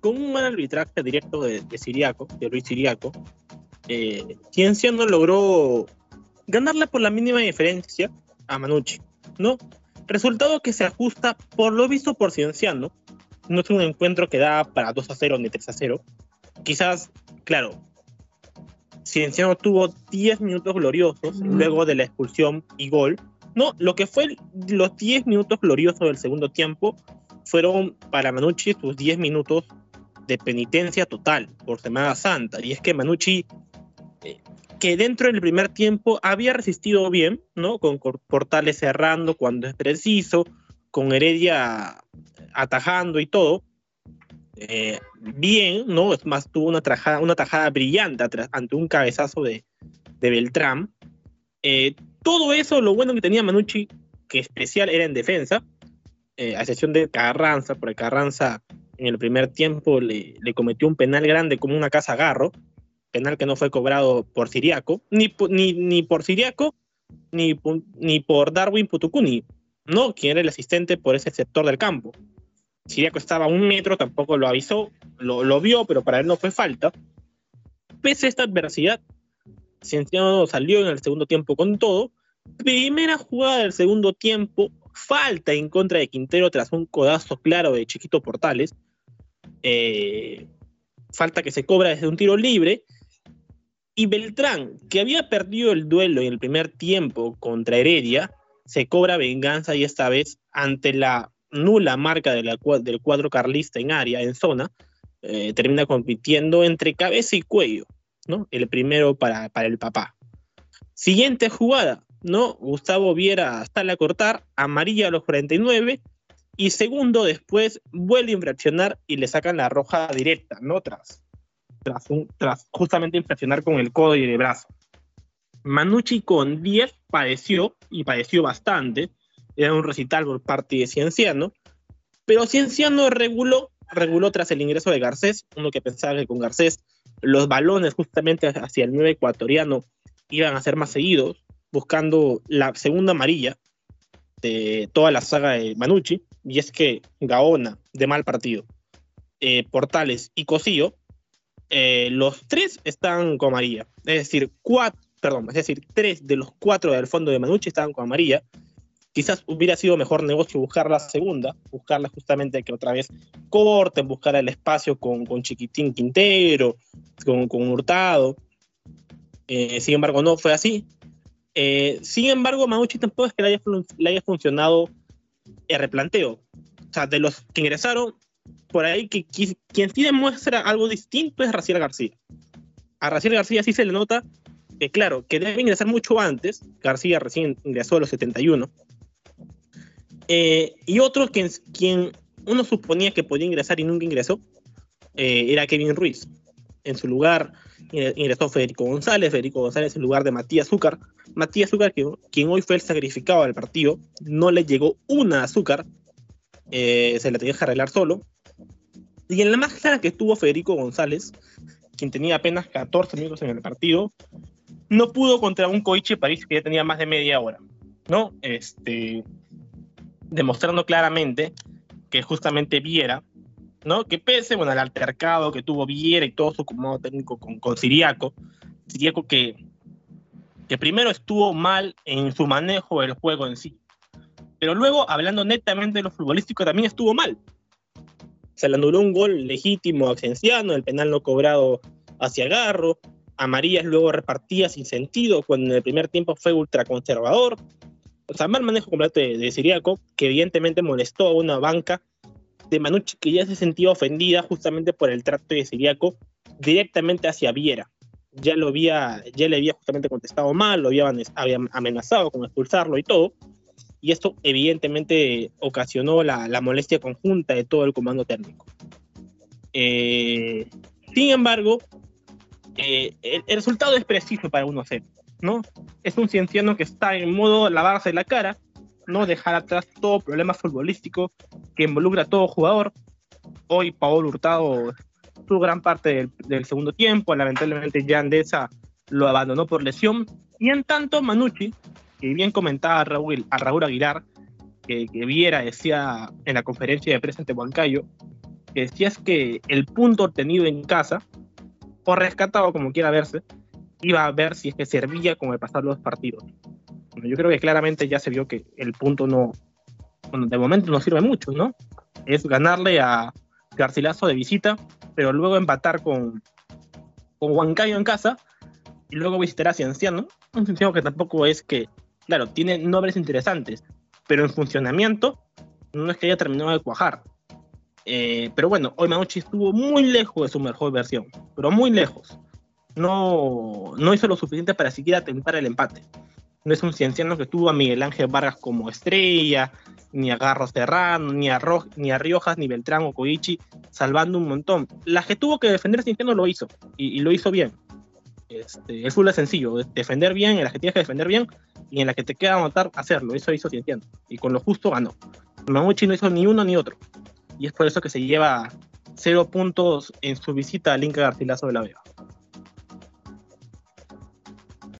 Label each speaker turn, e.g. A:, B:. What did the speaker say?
A: con un mal arbitraje directo de Siriaco, de Luis Siriaco, Cienciano logró ganarle por la mínima diferencia a Manucci, ¿no? Resultado que se ajusta por lo visto por Cienciano. No es un encuentro que da para 2-0 ni 3-0. Quizás, claro, Cienciano tuvo 10 minutos gloriosos luego de la expulsión y gol. No, lo que fue los 10 minutos gloriosos del segundo tiempo fueron para Manucci sus 10 minutos de penitencia total por Semana Santa. Y es que Manucci, que dentro del primer tiempo había resistido bien, ¿no? Con Portales cerrando cuando es preciso, con Heredia atajando y todo, bien, ¿no? Es más, tuvo una tajada brillante ante un cabezazo de Beltrán. Todo eso, lo bueno que tenía Manucci, que especial era en defensa, a excepción de Carranza, porque Carranza en el primer tiempo le cometió un penal grande como una casa Garro, penal que no fue cobrado por Siriaco, ni por Siriaco, ni por Darwin Putucuni, ¿no? Quien era el asistente por ese sector del campo. Siriaco estaba a 1 metro, tampoco lo avisó, lo vio, pero para él no fue falta. Pese a esta adversidad, Cienciano salió en el segundo tiempo con todo. Primera jugada del segundo tiempo, falta en contra de Quintero tras un codazo claro de Chiquito Portales. Falta que se cobra desde un tiro libre. Y Beltrán, que había perdido el duelo en el primer tiempo contra Heredia, se cobra venganza y esta vez ante la nula marca del cuadro carlista en área, en zona, termina compitiendo entre cabeza y cuello, ¿no? El primero para el papá. Siguiente jugada, ¿no? Gustavo Viera sale a cortar, amarilla a los 49, y segundo después vuelve a infraccionar y le sacan la roja directa, ¿no? Tras justamente infraccionar con el codo y el brazo. Manucci con 10 padeció, y padeció bastante. Era un recital por parte de Cienciano, pero Cienciano reguló tras el ingreso de Garcés. Uno que pensaba que con Garcés los balones justamente hacia el 9 ecuatoriano iban a ser más seguidos, buscando la segunda amarilla de toda la saga de Manucci, y es que Gaona, de mal partido, Portales y Cosío, los 3 están con amarilla. Es decir, 3 de los 4 del fondo de Manucci estaban con amarilla. Quizás hubiera sido mejor negocio buscar la segunda, buscarla justamente que otra vez corten, buscar el espacio con Chiquitín Quintero, con Hurtado. Sin embargo, no fue así. Sin embargo, Manucci tampoco es que le haya funcionado el replanteo. O sea, de los que ingresaron, por ahí quien sí demuestra algo distinto es Raciel García. A Raciel García sí se le nota que, claro, que debe ingresar mucho antes. García recién ingresó a los 71. Y otro quien uno suponía que podía ingresar y nunca ingresó, era Kevin Ruiz. En su lugar ingresó Federico González en lugar de Matías Zúcar. Matías Zúcar, quien hoy fue el sacrificado del partido, no le llegó una azúcar, se la tenía que arreglar solo. Y en la más clara que estuvo Federico González, quien tenía apenas 14 minutos en el partido, no pudo contra un Koichi París que ya tenía más de media hora, ¿no? Demostrando claramente que justamente Viera, ¿no? Que pese, al altercado que tuvo Viera y todo su comando técnico con Siriaco que primero estuvo mal en su manejo del juego en sí, pero luego, hablando netamente de lo futbolístico, también estuvo mal. Se le anuló un gol legítimo a Cienciano, el penal no cobrado hacia Garro, amarillas luego repartidas sin sentido, cuando en el primer tiempo fue ultraconservador. O sea, mal manejo completo de Siriaco, que evidentemente molestó a una banca de Manucci que ya se sentía ofendida justamente por el trato de Siriaco directamente hacia Viera. Ya le había justamente contestado mal, lo había amenazado con expulsarlo y todo. Y esto evidentemente ocasionó la molestia conjunta de todo el comando técnico. Sin embargo, el resultado es preciso para 1-0, ¿no? Es un Cienciano que está en modo lavarse la cara, no dejar atrás todo problema futbolístico que involucra a todo jugador. Hoy Paolo Hurtado tuvo gran parte del segundo tiempo, lamentablemente ya Andesa lo abandonó por lesión, y en tanto Manucci, que bien comentaba a Raúl Aguilar, que Viera decía en la conferencia de prensa ante Huancayo, que si es que el punto obtenido en casa, o rescatado como quiera verse, iba a ver si es que servía con el pasar los partidos. Bueno, yo creo que claramente ya se vio que el punto no, bueno, de momento no sirve mucho, ¿no? Es ganarle a Garcilaso de visita, pero luego empatar con Huancayo en casa y luego visitar a Cienciano. Un Cienciano que tampoco es que, claro, tiene nombres interesantes, pero en funcionamiento no es que haya terminado de cuajar. Pero bueno, hoy Manucci estuvo muy lejos de su mejor versión, pero muy lejos. No hizo lo suficiente para siquiera tentar el empate. No es un Cienciano que tuvo a Miguel Ángel Vargas como estrella, ni a Garro Serrano, ni a Riojas, ni Beltrán o Koichi, salvando un montón. Las que tuvo que defender Cienciano lo hizo, y lo hizo bien. El fútbol es sencillo, defender bien, en las que tienes que defender bien, y en las que te queda anotar, hacerlo. Eso hizo Cienciano, y con lo justo ganó. Manucci no hizo ni uno ni otro, y es por eso que se lleva 0 puntos en su visita al Inca Garcilaso de la Vega.